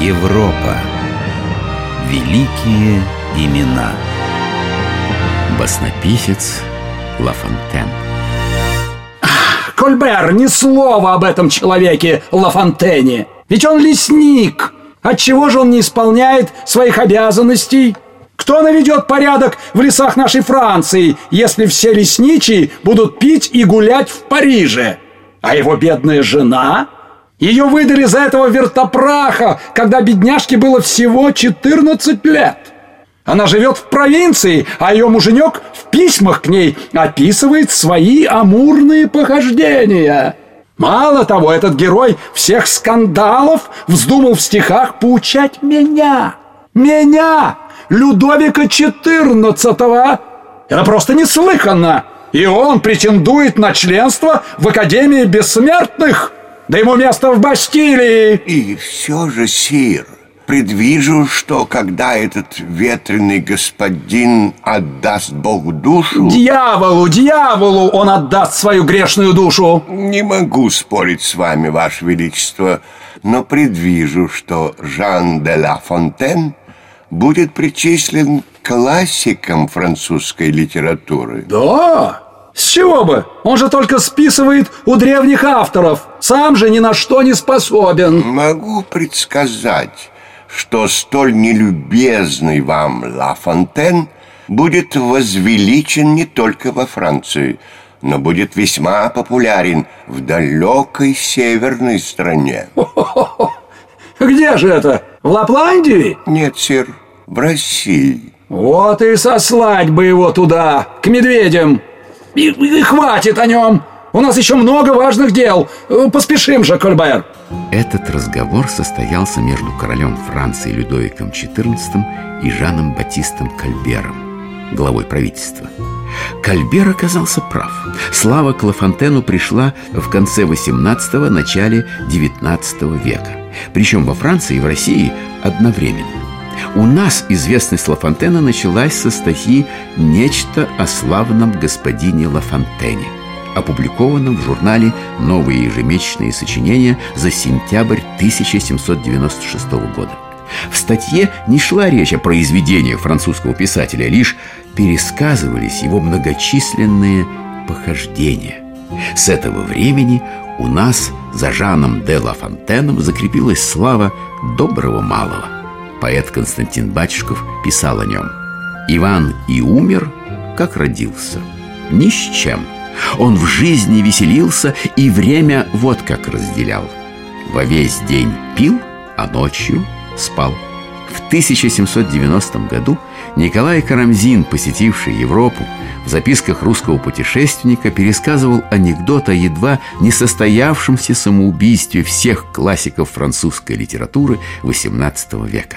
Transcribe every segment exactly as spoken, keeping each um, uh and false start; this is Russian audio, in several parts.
Европа. Великие имена. Баснописец Ла Фонтен. Кольбер, ни слова об этом человеке Ла Фонтене. Ведь он лесник. Отчего же он не исполняет своих обязанностей? Кто наведет порядок в лесах нашей Франции, если все лесничие будут пить и гулять в Париже? А его бедная жена? Ее выдали за этого вертопраха, когда бедняжке было всего четырнадцать лет. Она живет в провинции, а ее муженек в письмах к ней описывает свои амурные похождения. Мало того, этот герой всех скандалов вздумал в стихах поучать меня. Меня, Людовика четырнадцатого. Это просто неслыханно. И он претендует на членство в Академии Бессмертных. Да ему место в Бастилии. И все же, сир, предвижу, что когда этот ветреный господин отдаст Богу душу... Дьяволу, дьяволу он отдаст свою грешную душу. Не могу спорить с вами, Ваше Величество, но предвижу, что Жан де Ла Фонтен будет причислен к классикам французской литературы. Да? С чего бы? Он же только списывает у древних авторов. Сам же ни на что не способен. Могу предсказать, что столь нелюбезный вам Ла Фонтен будет возвеличен не только во Франции, но будет весьма популярен в далекой северной стране. Где же это? В Лапландии? Нет, сир, в России. Вот и сослать бы его туда, к медведям. И, и хватит о нем. У нас еще много важных дел. Поспешим же, Кольбер. Этот разговор состоялся между королем Франции Людовиком четырнадцатым и Жаном Батистом Кольбером, главой правительства. Кольбер оказался прав. Слава к Ла Фонтену пришла в конце восемнадцатого, начале девятнадцатого века. Причем во Франции и в России одновременно. У нас известность Ла Фонтена началась со статьи «Нечто о славном господине Ла Фонтене», опубликованном в журнале «Новые ежемесячные сочинения» за сентябрь тысяча семьсот девяносто шестого года. В статье не шла речь о произведениях французского писателя, лишь пересказывались его многочисленные похождения. С этого времени у нас за Жаном де Ла Фонтеном закрепилась слава доброго малого. Поэт Константин Батюшков писал о нем: «Иван и умер, как родился, ни с чем. Он в жизни веселился и время вот как разделял. Во весь день пил, а ночью спал». В тысяча семьсот девяностом году Николай Карамзин, посетивший Европу, в записках русского путешественника пересказывал анекдот о едва не состоявшемся самоубийстве всех классиков французской литературы восемнадцатого века.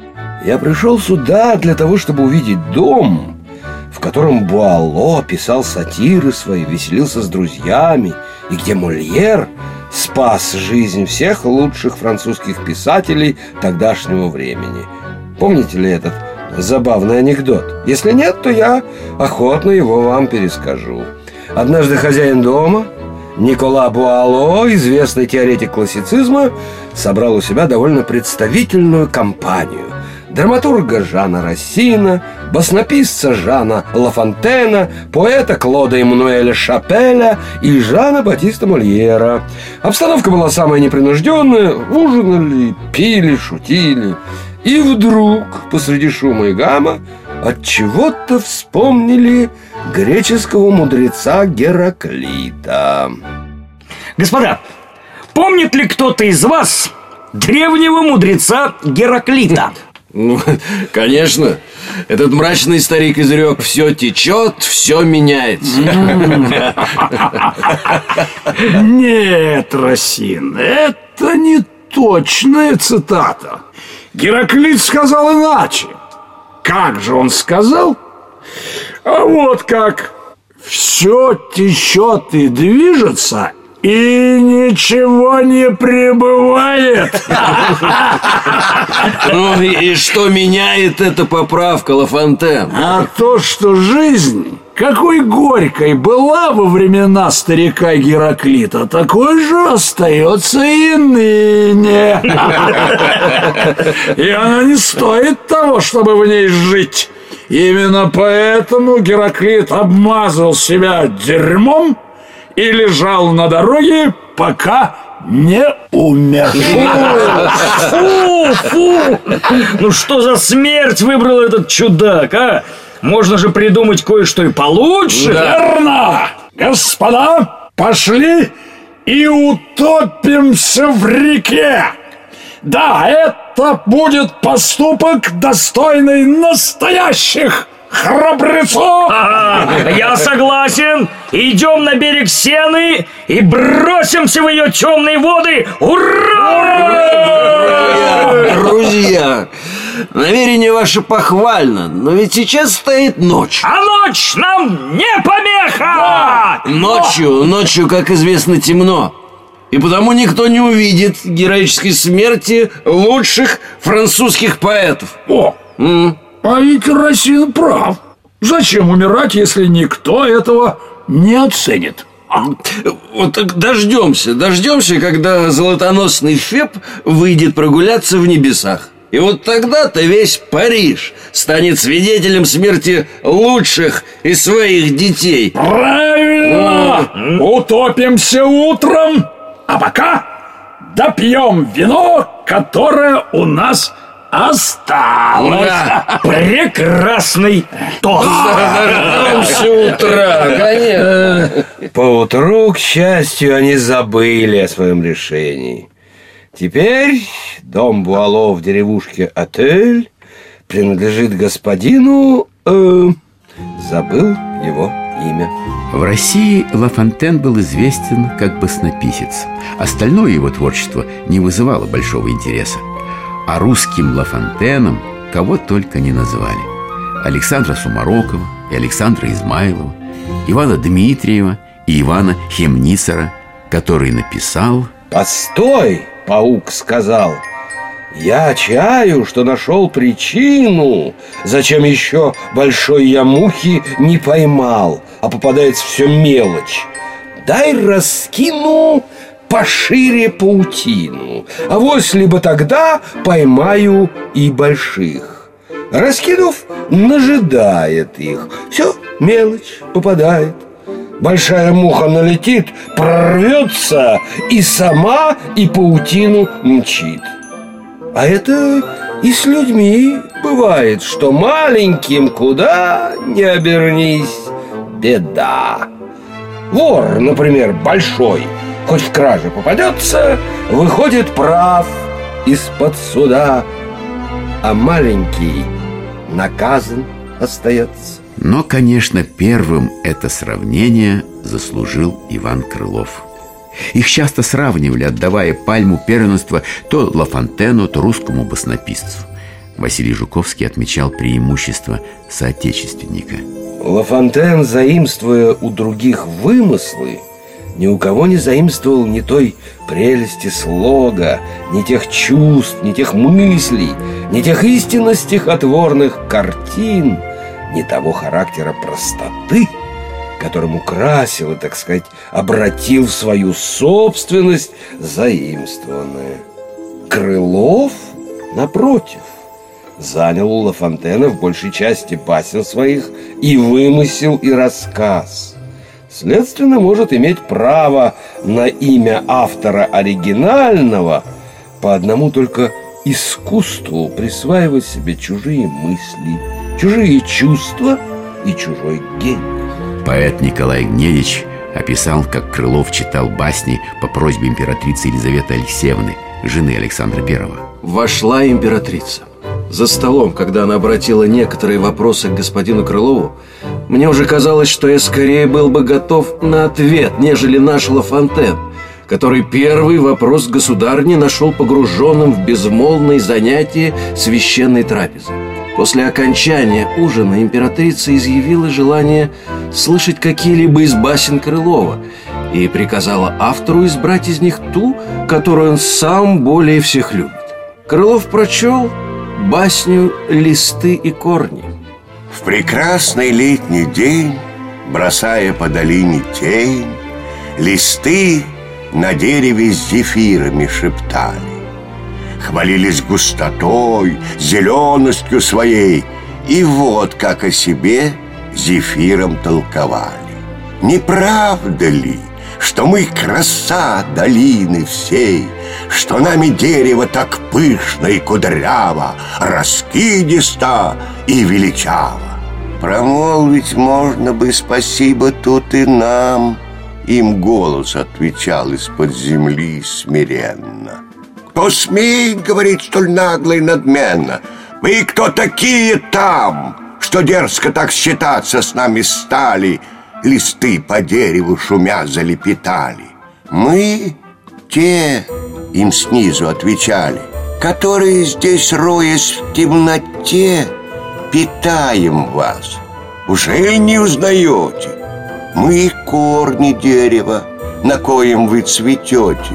Я пришел сюда для того, чтобы увидеть дом, в котором Буало писал сатиры свои, веселился с друзьями, и где Мольер спас жизнь всех лучших французских писателей тогдашнего времени. Помните ли этот забавный анекдот? Если нет, то я охотно его вам перескажу. Однажды хозяин дома, Никола Буало, известный теоретик классицизма, собрал у себя довольно представительную компанию: драматурга Жана Рассина, баснописца Жана Ла Фонтена, поэта Клода Эммануэля Шапеля и Жана Батиста Мольера. Обстановка была самая непринужденная. Ужинали, пили, шутили. И вдруг, посреди шума и гамма, отчего-то вспомнили греческого мудреца Гераклита. Господа, помнит ли кто-то из вас древнего мудреца Гераклита? Ну, конечно. Этот мрачный старик изрек: все течет, все меняется. Нет, Рассин, это не точная цитата. Гераклит сказал иначе. Как же он сказал? А вот как: все течет и движется, и ничего не прибывает. Ну и что меняет эта поправка, Ла Фонтен? А то, что жизнь, какой горькой была во времена старика Гераклита, такой же остается и ныне. И она не стоит того, чтобы в ней жить. Именно поэтому Гераклит обмазал себя дерьмом и лежал на дороге, пока не умер. Фу, фу! Ну что за смерть выбрал этот чудак, а? Можно же придумать кое-что и получше. Верно! Господа, пошли и утопимся в реке. Да, это будет поступок, достойный настоящих храбрецов. Ага, я согласен. Идем на берег Сены и бросимся в ее темные воды. Ура! Друзья, намерение ваше похвально, но ведь сейчас стоит ночь. А ночь нам не помеха! Ночью, ночью, как известно, темно. И потому никто не увидит героической смерти лучших французских поэтов. О, М. а ведь Расин прав. Зачем умирать, если никто этого не оценит? Вот так дождемся, дождемся, когда золотоносный Феб выйдет прогуляться в небесах. И вот тогда-то весь Париж станет свидетелем смерти лучших из своих детей. Правильно! Утопимся утром, а пока допьем вино, которое у нас осталось. Да. Прекрасный тост. Дождемся утра, конечно. Поутру, к счастью, они забыли о своем решении. Теперь дом Буало в деревушке Отель принадлежит господину... Э, забыл его имя. В России Ла Фонтен был известен как баснописец. Остальное его творчество не вызывало большого интереса. А русским Ла Фонтеном кого только не назвали: Александра Сумарокова и Александра Измайлова, Ивана Дмитриева и Ивана Хемницера, который написал... «Постой!» — паук сказал. «Я чаю, что нашел причину, зачем еще большой я мухи не поймал, а попадается все мелочь. Дай раскину пошире паутину, а вось либо тогда поймаю и больших». Раскинув, нажидает их. Все, мелочь попадает. Большая муха налетит, прорвется и сама, и паутину мчит. А это и с людьми бывает, что маленьким куда не обернись беда. Вор, например, большой, хоть в краже попадется, выходит прав из-под суда, а маленький наказан остается. Но, конечно, первым это сравнение заслужил Иван Крылов. Их часто сравнивали, отдавая пальму первенства то Ла Фонтену, то русскому баснописцу. Василий Жуковский отмечал преимущество соотечественника. Ла Фонтен, заимствуя у других вымыслы, ни у кого не заимствовал ни той прелести слога, ни тех чувств, ни тех мыслей, ни тех истинно стихотворных картин, ни того характера простоты, которым украсил и, так сказать, обратил в свою собственность заимствованное. Крылов, напротив, занял у Ла Фонтена в большей части басен своих и вымысел, и рассказ. Следственно, может иметь право на имя автора оригинального по одному только искусству присваивать себе чужие мысли, чужие чувства и чужой гений. Поэт Николай Гнедич описал, как Крылов читал басни по просьбе императрицы Елизаветы Алексеевны, жены Александра Первого. Вошла императрица. За столом, когда она обратила некоторые вопросы к господину Крылову, мне уже казалось, что я скорее был бы готов на ответ, нежели наш Ла Фонтен, который первый вопрос государыни нашел погруженным в безмолвные занятия священной трапезы. После окончания ужина императрица изъявила желание слышать какие-либо из басен Крылова и приказала автору избрать из них ту, которую он сам более всех любит. Крылов прочел басню «Листы и корни». В прекрасный летний день, бросая по долине тень, листы на дереве с зефирами шептали: хвалились густотой, зеленостью своей, и вот как о себе Зефиром толковали. Не правда ли, что мы краса долины всей, что нами дерево так пышно и кудряво, раскидисто и величаво? Промолвить можно бы спасибо тут и нам. Им голос отвечал из-под земли смиренно. Кто смеет говорить столь нагло и надменно? Вы кто такие там, что дерзко так считаться с нами стали? Листы по дереву шумя залепетали. Мы те, им снизу отвечали, которые здесь, роясь в темноте, питаем вас. Уже не узнаете? Мы корни дерева, на коем вы цветете.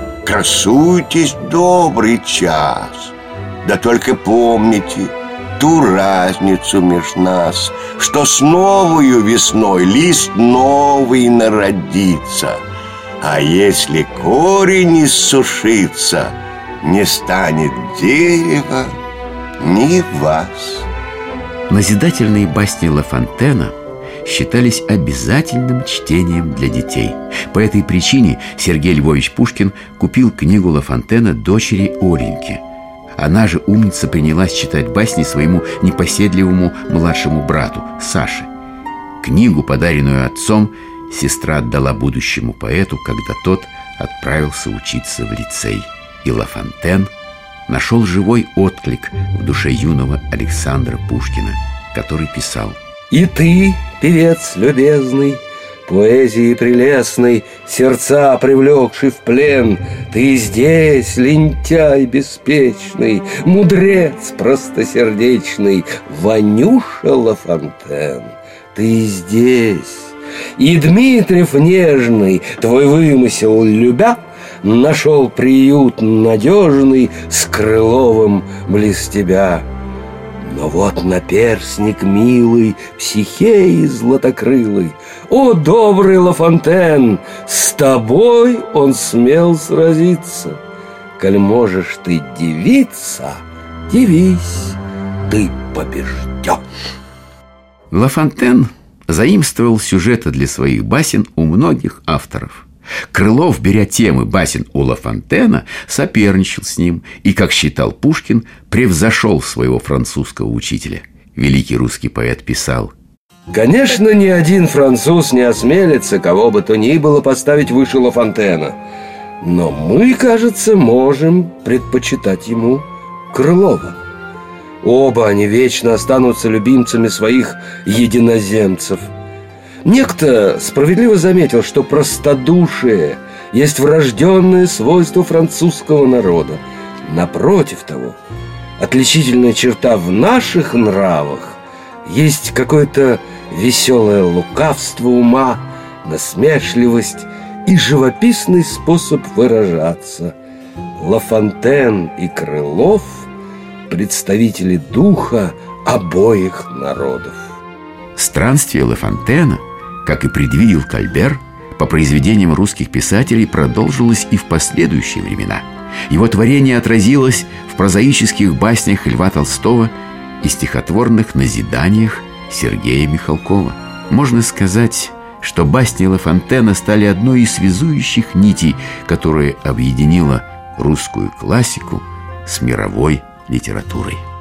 Красуйтесь добрый час. Да только помните ту разницу меж нас, что с новою весной лист новый народится, а если корень иссушится, не станет дерева ни вас. Назидательные басни Ла Фонтена считались обязательным чтением для детей. По этой причине Сергей Львович Пушкин купил книгу Ла Фонтена дочери Оленьке. Она же, умница, принялась читать басни своему непоседливому младшему брату Саше. Книгу, подаренную отцом, сестра отдала будущему поэту, когда тот отправился учиться в лицей. И Ла Фонтен нашел живой отклик в душе юного Александра Пушкина, который писал: «И ты, певец любезный, поэзии прелестной, сердца привлекший в плен, ты здесь, лентяй беспечный, мудрец простосердечный, Ванюша Ла Фонтен, ты здесь. И Дмитриев нежный, твой вымысел любя, нашел приют надежный с Крыловым близ тебя. Но вот наперсник милый Психеи златокрылый, о, добрый Ла Фонтен, с тобой он смел сразиться. Коль можешь ты дивиться, дивись, ты побежден». Ла Фонтен заимствовал сюжеты для своих басен у многих авторов. Крылов, беря темы басен у Ла Фонтена, соперничал с ним и, как считал Пушкин, превзошел своего французского учителя. Великий русский поэт писал: «Конечно, ни один француз не осмелится кого бы то ни было поставить выше Ла Фонтена, но мы, кажется, можем предпочитать ему Крылова. Оба они вечно останутся любимцами своих единоземцев. Некто справедливо заметил, что простодушие есть врожденное свойство французского народа. Напротив того, отличительная черта в наших нравах есть какое-то веселое лукавство ума, насмешливость и живописный способ выражаться. Ла Фонтен и Крылов – представители духа обоих народов». Странствие Ла Фонтена, как и предвидел Кальбер, по произведениям русских писателей продолжилось и в последующие времена. Его творение отразилось в прозаических баснях Льва Толстого и стихотворных назиданиях Сергея Михалкова. Можно сказать, что басни Ла Фонтена стали одной из связующих нитей, которая объединила русскую классику с мировой литературой.